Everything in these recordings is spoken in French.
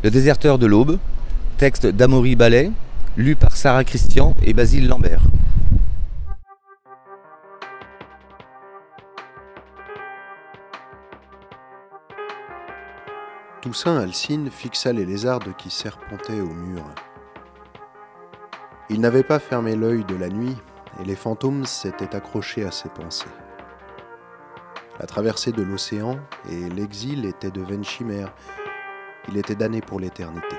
Le déserteur de l'aube, texte d'Amaury Ballet, lu par Sarah Christian et Basile Lambert. Toussaint Alcine fixa les lézardes qui serpentaient au mur. Il n'avait pas fermé l'œil de la nuit, et les fantômes s'étaient accrochés à ses pensées. La traversée de l'océan et l'exil étaient de vaines chimères. Il était damné pour l'éternité.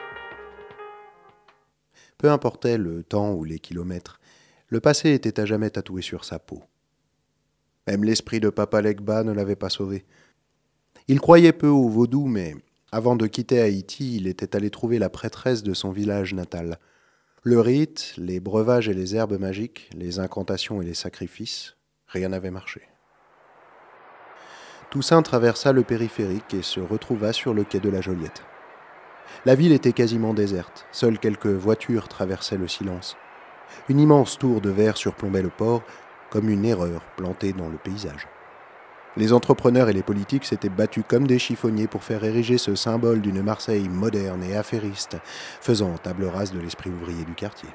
Peu importait le temps ou les kilomètres, le passé était à jamais tatoué sur sa peau. Même l'esprit de Papa Legba ne l'avait pas sauvé. Il croyait peu au vaudou, mais avant de quitter Haïti, il était allé trouver la prêtresse de son village natal. Le rite, les breuvages et les herbes magiques, les incantations et les sacrifices, rien n'avait marché. Toussaint traversa le périphérique et se retrouva sur le quai de la Joliette. La ville était quasiment déserte, seules quelques voitures traversaient le silence. Une immense tour de verre surplombait le port, comme une erreur plantée dans le paysage. Les entrepreneurs et les politiques s'étaient battus comme des chiffonniers pour faire ériger ce symbole d'une Marseille moderne et affairiste, faisant table rase de l'esprit ouvrier du quartier.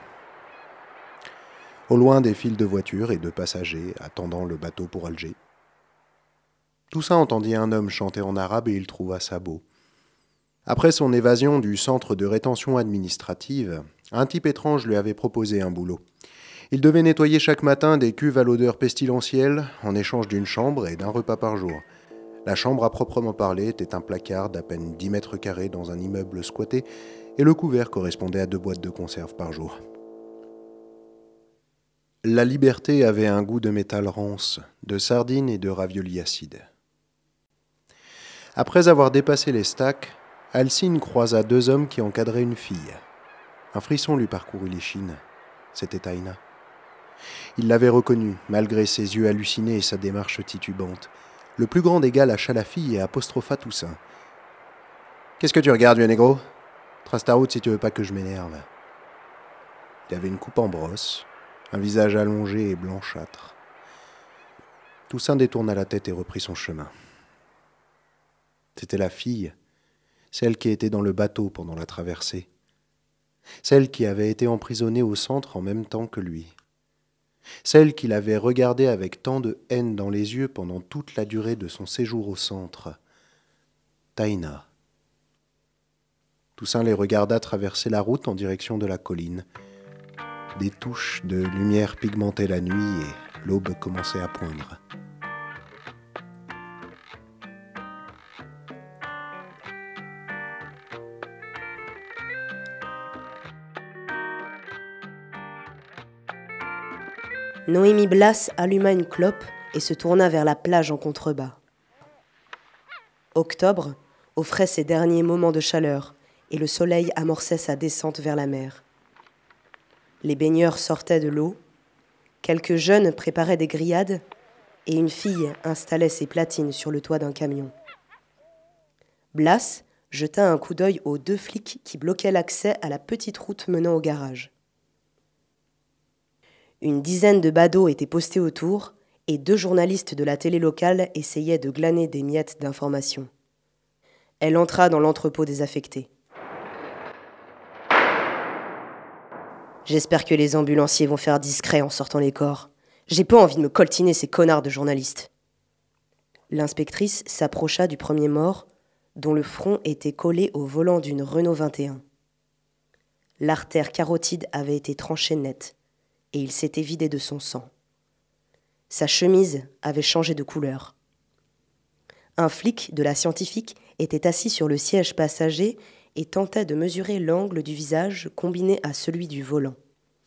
Au loin, des files de voitures et de passagers attendant le bateau pour Alger. Toussaint entendit un homme chanter en arabe et il trouva ça beau. Après son évasion du centre de rétention administrative, un type étrange lui avait proposé un boulot. Il devait nettoyer chaque matin des cuves à l'odeur pestilentielle en échange d'une chambre et d'un repas par jour. La chambre à proprement parler était un placard d'à peine 10 mètres carrés dans un immeuble squatté et le couvert correspondait à 2 boîtes de conserve par jour. La liberté avait un goût de métal rance, de sardines et de raviolis acides. Après avoir dépassé les stacks, Alcine croisa 2 hommes qui encadraient une fille. Un frisson lui parcourut l'échine. C'était Taïna. Il l'avait reconnue, malgré ses yeux hallucinés et sa démarche titubante. Le plus grand des gars lâcha la fille et apostropha Toussaint. « Qu'est-ce que tu regardes, vieux négro ? Trace ta route si tu veux pas que je m'énerve. » Il avait une coupe en brosse, un visage allongé et blanchâtre. Toussaint détourna la tête et reprit son chemin. C'était la fille, celle qui était dans le bateau pendant la traversée, celle qui avait été emprisonnée au centre en même temps que lui, celle qu'il avait regardée avec tant de haine dans les yeux pendant toute la durée de son séjour au centre, Taïna. Toussaint les regarda traverser la route en direction de la colline. Des touches de lumière pigmentaient la nuit et l'aube commençait à poindre. Noémie Blas alluma une clope et se tourna vers la plage en contrebas. Octobre offrait ses derniers moments de chaleur et le soleil amorçait sa descente vers la mer. Les baigneurs sortaient de l'eau, quelques jeunes préparaient des grillades et une fille installait ses platines sur le toit d'un camion. Blas jeta un coup d'œil aux 2 flics qui bloquaient l'accès à la petite route menant au garage. Une dizaine de badauds étaient postés autour et 2 journalistes de la télé locale essayaient de glaner des miettes d'informations. Elle entra dans l'entrepôt désaffecté. « J'espère que les ambulanciers vont faire discret en sortant les corps. J'ai pas envie de me coltiner ces connards de journalistes. » L'inspectrice s'approcha du premier mort, dont le front était collé au volant d'une Renault 21. L'artère carotide avait été tranchée net, et il s'était vidé de son sang. Sa chemise avait changé de couleur. Un flic de la scientifique était assis sur le siège passager et tentait de mesurer l'angle du visage combiné à celui du volant.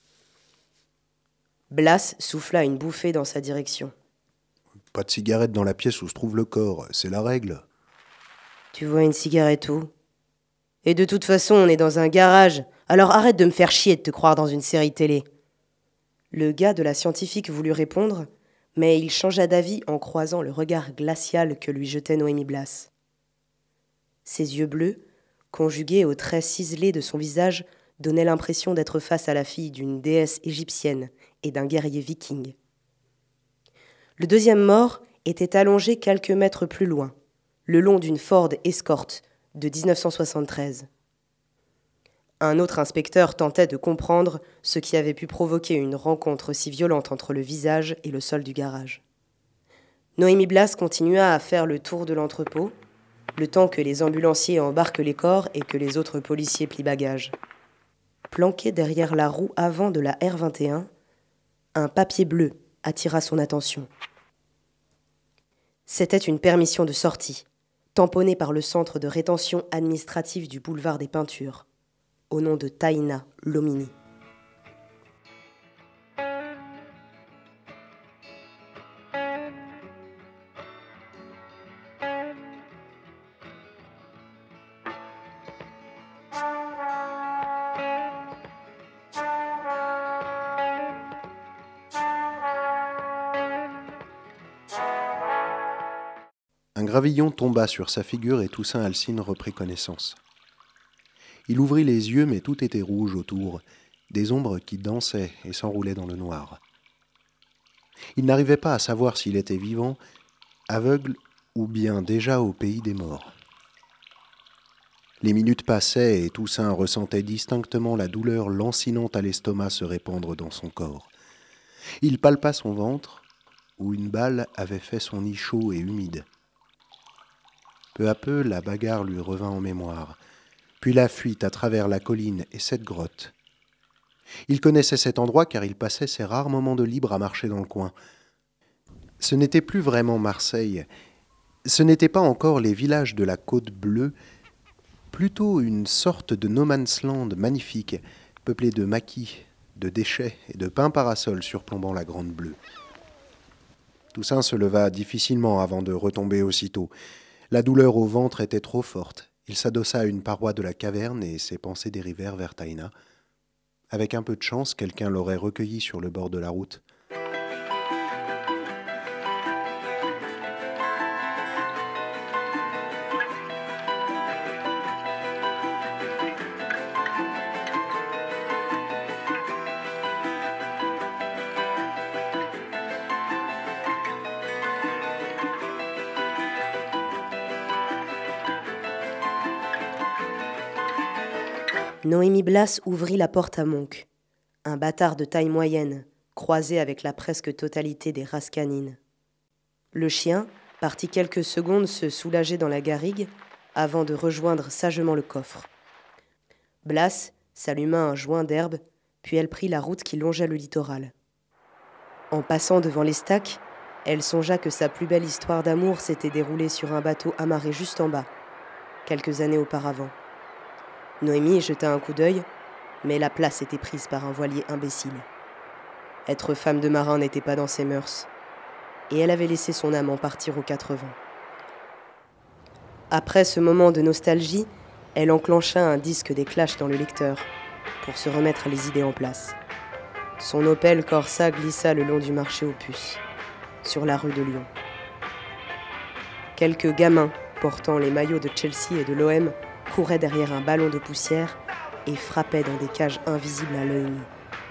Blas souffla une bouffée dans sa direction. « Pas de cigarette dans la pièce où se trouve le corps, c'est la règle. » « Tu vois une cigarette où ? Et de toute façon, on est dans un garage, alors arrête de me faire chier de te croire dans une série télé. » Le gars de la scientifique voulut répondre, mais il changea d'avis en croisant le regard glacial que lui jetait Noémie Blas. Ses yeux bleus, conjugués aux traits ciselés de son visage, donnaient l'impression d'être face à la fille d'une déesse égyptienne et d'un guerrier viking. Le deuxième mort était allongé quelques mètres plus loin, le long d'une Ford Escort de 1973. Un autre inspecteur tentait de comprendre ce qui avait pu provoquer une rencontre si violente entre le visage et le sol du garage. Noémie Blas continua à faire le tour de l'entrepôt, le temps que les ambulanciers embarquent les corps et que les autres policiers plient bagages. Planqué derrière la roue avant de la R21, un papier bleu attira son attention. C'était une permission de sortie, tamponnée par le centre de rétention administrative du boulevard des Peintures, au nom de Taina Lomini. Un gravillon tomba sur sa figure et Toussaint Alcine reprit connaissance. Il ouvrit les yeux, mais tout était rouge autour, des ombres qui dansaient et s'enroulaient dans le noir. Il n'arrivait pas à savoir s'il était vivant, aveugle ou bien déjà au pays des morts. Les minutes passaient et Toussaint ressentait distinctement la douleur lancinante à l'estomac se répandre dans son corps. Il palpa son ventre, où une balle avait fait son nid chaud et humide. Peu à peu, la bagarre lui revint en mémoire, puis la fuite à travers la colline et cette grotte. Il connaissait cet endroit car il passait ses rares moments de libre à marcher dans le coin. Ce n'était plus vraiment Marseille, ce n'était pas encore les villages de la Côte Bleue, plutôt une sorte de no man's land magnifique, peuplé de maquis, de déchets et de pins parasols surplombant la Grande Bleue. Toussaint se leva difficilement avant de retomber aussitôt. La douleur au ventre était trop forte. Il s'adossa à une paroi de la caverne et ses pensées dérivèrent vers Taina. Avec un peu de chance, quelqu'un l'aurait recueilli sur le bord de la route. Noémie Blas ouvrit la porte à Monk, un bâtard de taille moyenne, croisé avec la presque totalité des races canines. Le chien partit quelques secondes se soulager dans la garrigue avant de rejoindre sagement le coffre. Blas s'alluma un joint d'herbe, puis elle prit la route qui longeait le littoral. En passant devant l'Estaque, elle songea que sa plus belle histoire d'amour s'était déroulée sur un bateau amarré juste en bas, quelques années auparavant. Noémie jeta un coup d'œil, mais la place était prise par un voilier imbécile. Être femme de marin n'était pas dans ses mœurs, et elle avait laissé son amant partir aux 4 vents. Après ce moment de nostalgie, elle enclencha un disque des Clash dans le lecteur, pour se remettre les idées en place. Son Opel Corsa glissa le long du marché aux puces, sur la rue de Lyon. Quelques gamins portant les maillots de Chelsea et de l'OM couraient derrière un ballon de poussière et frappaient dans des cages invisibles à l'œil nu.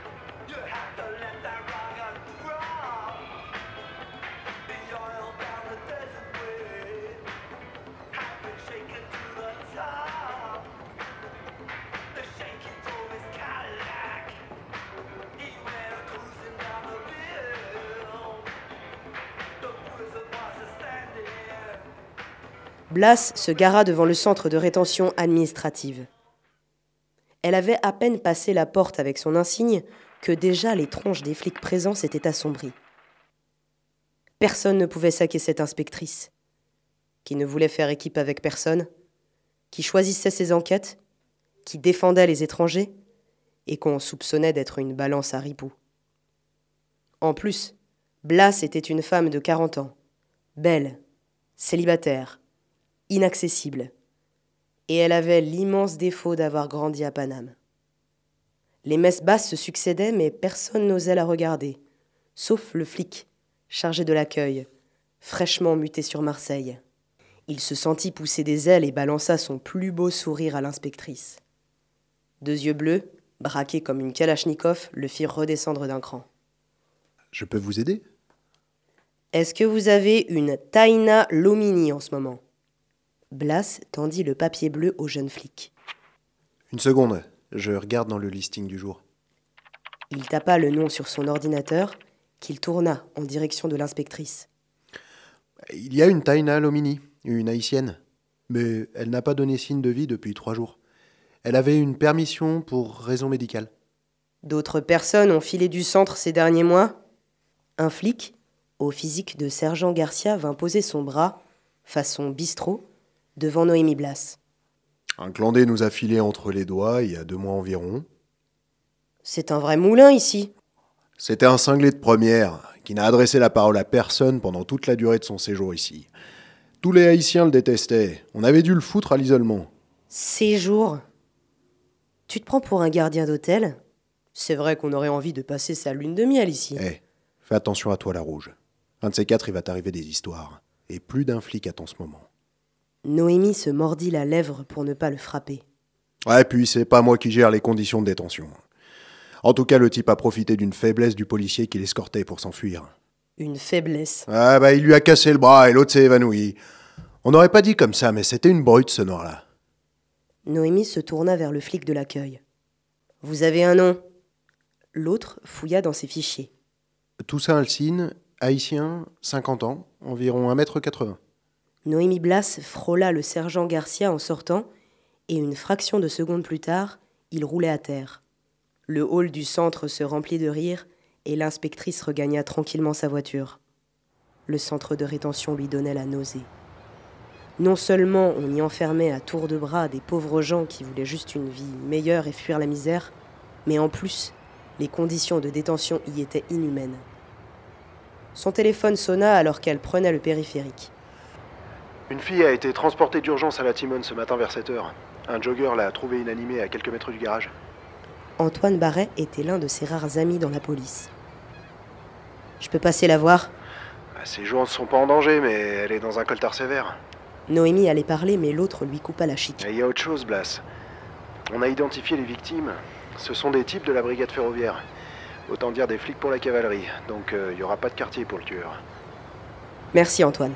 Blas se gara devant le centre de rétention administrative. Elle avait à peine passé la porte avec son insigne que déjà les tronches des flics présents s'étaient assombries. Personne ne pouvait saquer cette inspectrice, qui ne voulait faire équipe avec personne, qui choisissait ses enquêtes, qui défendait les étrangers et qu'on soupçonnait d'être une balance à ripoux. En plus, Blas était une femme de 40 ans, belle, célibataire, inaccessible, et elle avait l'immense défaut d'avoir grandi à Paname. Les messes basses se succédaient, mais personne n'osait la regarder, sauf le flic, chargé de l'accueil, fraîchement muté sur Marseille. Il se sentit pousser des ailes et balança son plus beau sourire à l'inspectrice. 2 yeux bleus, braqués comme une kalachnikov, le firent redescendre d'un cran. « Je peux vous aider ? » ?»« Est-ce que vous avez une Taina Lomini en ce moment ? Blas tendit le papier bleu au jeune flic. Une seconde, je regarde dans le listing du jour. Il tapa le nom sur son ordinateur, qu'il tourna en direction de l'inspectrice. Il y a une Taina Lomini, une haïtienne. Mais elle n'a pas donné signe de vie depuis 3 jours. Elle avait une permission pour raison médicale. D'autres personnes ont filé du centre ces derniers mois. Un flic, au physique de sergent Garcia, vint poser son bras, façon bistrot, devant Noémie Blas. Un clandé nous a filé entre les doigts il y a 2 mois environ. C'est un vrai moulin ici. C'était un cinglé de première qui n'a adressé la parole à personne pendant toute la durée de son séjour ici. Tous les Haïtiens le détestaient. On avait dû le foutre à l'isolement. Séjour. Tu te prends pour un gardien d'hôtel ? C'est vrai qu'on aurait envie de passer sa lune de miel ici. Fais attention à toi, la rouge. Un de ces 4, il va t'arriver des histoires. Et plus d'un flic attend ce moment. Noémie se mordit la lèvre pour ne pas le frapper. Ouais, puis c'est pas moi qui gère les conditions de détention. En tout cas, le type a profité d'une faiblesse du policier qui l'escortait pour s'enfuir. Une faiblesse. Ah il lui a cassé le bras et l'autre s'est évanoui. On n'aurait pas dit comme ça, mais c'était une brute ce noir-là. Noémie se tourna vers le flic de l'accueil. « Vous avez un nom ?» L'autre fouilla dans ses fichiers. Toussaint Alcine, haïtien, 50 ans, environ 1m80. Noémie Blas frôla le sergent Garcia en sortant, et une fraction de seconde plus tard, il roulait à terre. Le hall du centre se remplit de rires, et l'inspectrice regagna tranquillement sa voiture. Le centre de rétention lui donnait la nausée. Non seulement on y enfermait à tour de bras des pauvres gens qui voulaient juste une vie meilleure et fuir la misère, mais en plus, les conditions de détention y étaient inhumaines. Son téléphone sonna alors qu'elle prenait le périphérique. Une fille a été transportée d'urgence à la Timone ce matin vers 7h. Un jogger l'a trouvée inanimée à quelques mètres du garage. Antoine Barret était l'un de ses rares amis dans la police. « Je peux passer la voir ?» Ses jours ne sont pas en danger, mais elle est dans un coltard sévère. Noémie allait parler, mais l'autre lui coupa la chic. Il y a autre chose, Blas. On a identifié les victimes. Ce sont des types de la brigade ferroviaire. Autant dire des flics pour la cavalerie. Donc il n'y aura pas de quartier pour le tueur. Merci Antoine.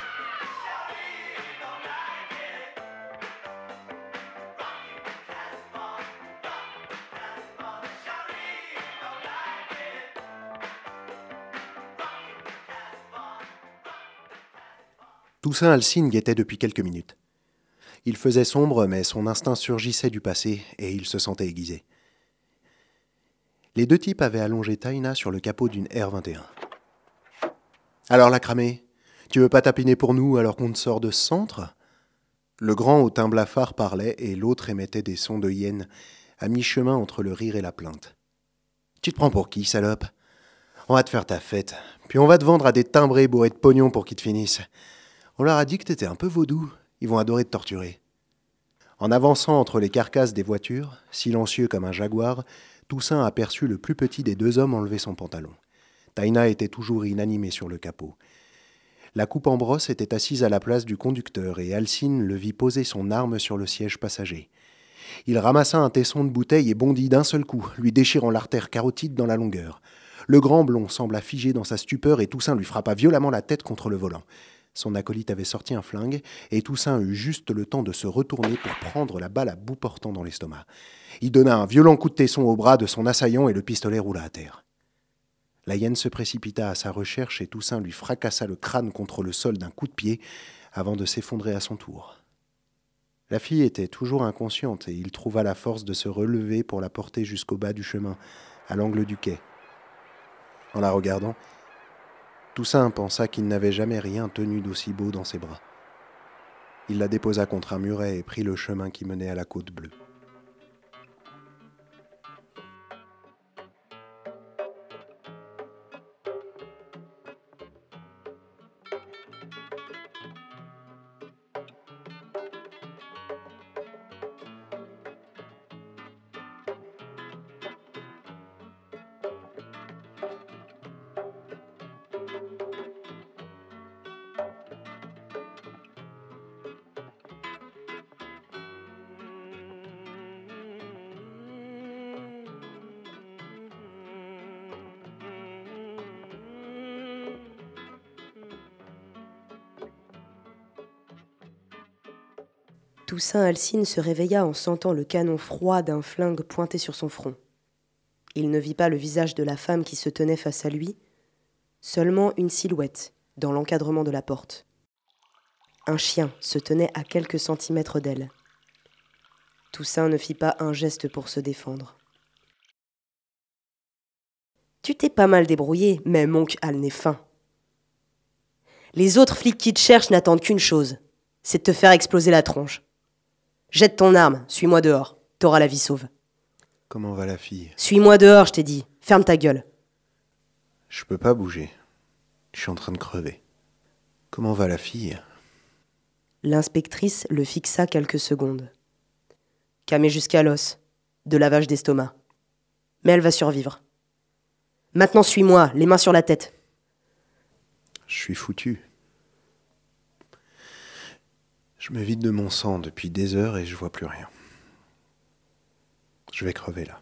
Toussaint Alcine guettait depuis quelques minutes. Il faisait sombre, mais son instinct surgissait du passé et il se sentait aiguisé. Les 2 types avaient allongé Taina sur le capot d'une R21. « Alors la cramée, tu veux pas tapiner pour nous alors qu'on te sort de ce centre ?» Le grand au teint blafard parlait et l'autre émettait des sons de hyène, à mi-chemin entre le rire et la plainte. « Tu te prends pour qui, salope ? On va te faire ta fête, puis on va te vendre à des timbrés bourrés de pognon pour qu'ils te finissent. On leur a dit que t'étais un peu vaudou, ils vont adorer te torturer. » En avançant entre les carcasses des voitures, silencieux comme un jaguar, Toussaint aperçut le plus petit des 2 hommes enlever son pantalon. Taina était toujours inanimée sur le capot. La coupe en brosse était assise à la place du conducteur et Alcine le vit poser son arme sur le siège passager. Il ramassa un tesson de bouteille et bondit d'un seul coup, lui déchirant l'artère carotide dans la longueur. Le grand blond sembla figé dans sa stupeur et Toussaint lui frappa violemment la tête contre le volant. Son acolyte avait sorti un flingue et Toussaint eut juste le temps de se retourner pour prendre la balle à bout portant dans l'estomac. Il donna un violent coup de tesson au bras de son assaillant et le pistolet roula à terre. La hyène se précipita à sa recherche et Toussaint lui fracassa le crâne contre le sol d'un coup de pied avant de s'effondrer à son tour. La fille était toujours inconsciente et il trouva la force de se relever pour la porter jusqu'au bas du chemin, à l'angle du quai. En la regardant, Toussaint pensa qu'il n'avait jamais rien tenu d'aussi beau dans ses bras. Il la déposa contre un muret et prit le chemin qui menait à la côte bleue. Toussaint Alcine se réveilla en sentant le canon froid d'un flingue pointé sur son front. Il ne vit pas le visage de la femme qui se tenait face à lui, seulement une silhouette dans l'encadrement de la porte. Un chien se tenait à quelques centimètres d'elle. Toussaint ne fit pas un geste pour se défendre. « Tu t'es pas mal débrouillé, mais Monk a le nez fin. Les autres flics qui te cherchent n'attendent qu'une chose, c'est de te faire exploser la tronche. Jette ton arme, suis-moi dehors, t'auras la vie sauve. » Comment va la fille ? Suis-moi dehors, je t'ai dit. Ferme ta gueule. Je peux pas bouger. Je suis en train de crever. Comment va la fille ? L'inspectrice le fixa quelques secondes. Camé jusqu'à l'os, de lavage d'estomac. Mais elle va survivre. Maintenant suis-moi, les mains sur la tête. Je suis foutu. Je me vide de mon sang depuis des heures et je vois plus rien. Je vais crever là.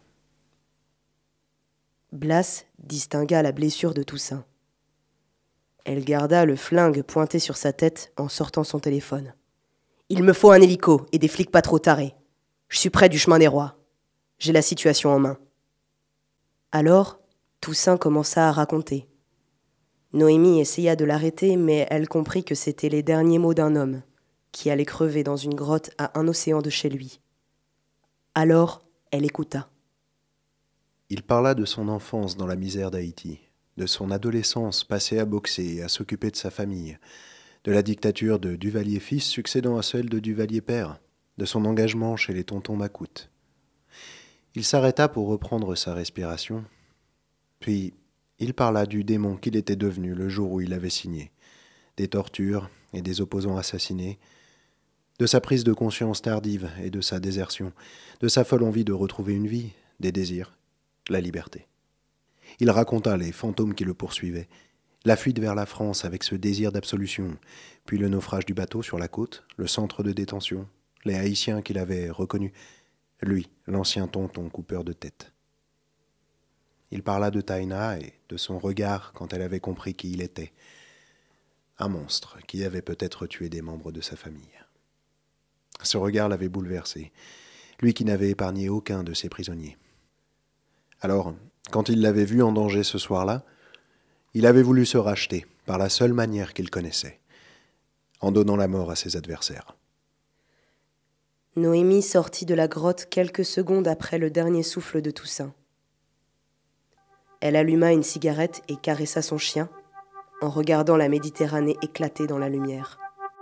Blas distingua la blessure de Toussaint. Elle garda le flingue pointé sur sa tête en sortant son téléphone. « Il me faut un hélico et des flics pas trop tarés. Je suis près du chemin des rois. J'ai la situation en main. » Alors, Toussaint commença à raconter. Noémie essaya de l'arrêter, mais elle comprit que c'étaient les derniers mots d'un homme qui allait crever dans une grotte à un océan de chez lui. Alors, elle écouta. Il parla de son enfance dans la misère d'Haïti, de son adolescence passée à boxer et à s'occuper de sa famille, de la dictature de Duvalier-fils succédant à celle de Duvalier-père, de son engagement chez les tontons Macoutes. Il s'arrêta pour reprendre sa respiration, puis il parla du démon qu'il était devenu le jour où il avait signé, des tortures et des opposants assassinés, de sa prise de conscience tardive et de sa désertion, de sa folle envie de retrouver une vie, des désirs, la liberté. Il raconta les fantômes qui le poursuivaient, la fuite vers la France avec ce désir d'absolution, puis le naufrage du bateau sur la côte, le centre de détention, les Haïtiens qu'il avait reconnus, lui, l'ancien tonton coupeur de tête. Il parla de Taïna et de son regard quand elle avait compris qui il était, un monstre qui avait peut-être tué des membres de sa famille. Ce regard l'avait bouleversé, lui qui n'avait épargné aucun de ses prisonniers. Alors, quand il l'avait vu en danger ce soir-là, il avait voulu se racheter par la seule manière qu'il connaissait, en donnant la mort à ses adversaires. Noémie sortit de la grotte quelques secondes après le dernier souffle de Toussaint. Elle alluma une cigarette et caressa son chien, en regardant la Méditerranée éclater dans la lumière.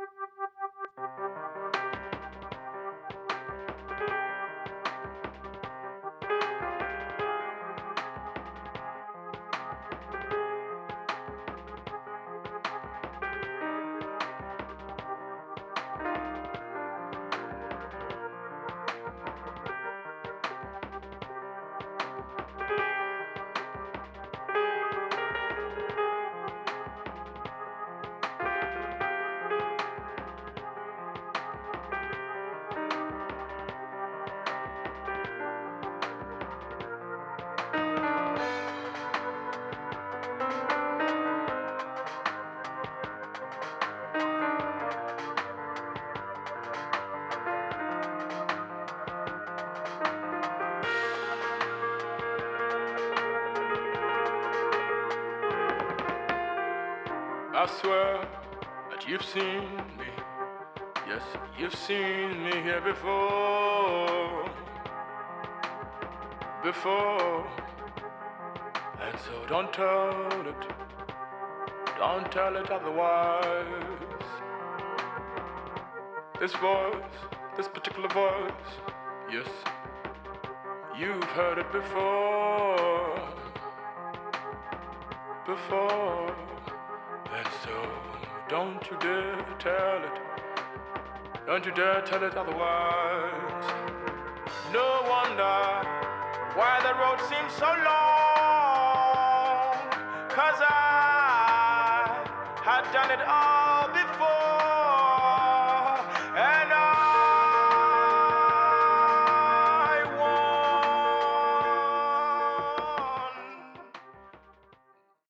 I swear that you've seen me. Yes, you've seen me here before. And so don't tell it otherwise. This voice, this particular voice, yes, you've heard it before. And so, don't you dare tell it otherwise. No wonder why the road seems so long, 'cause I had done it all before.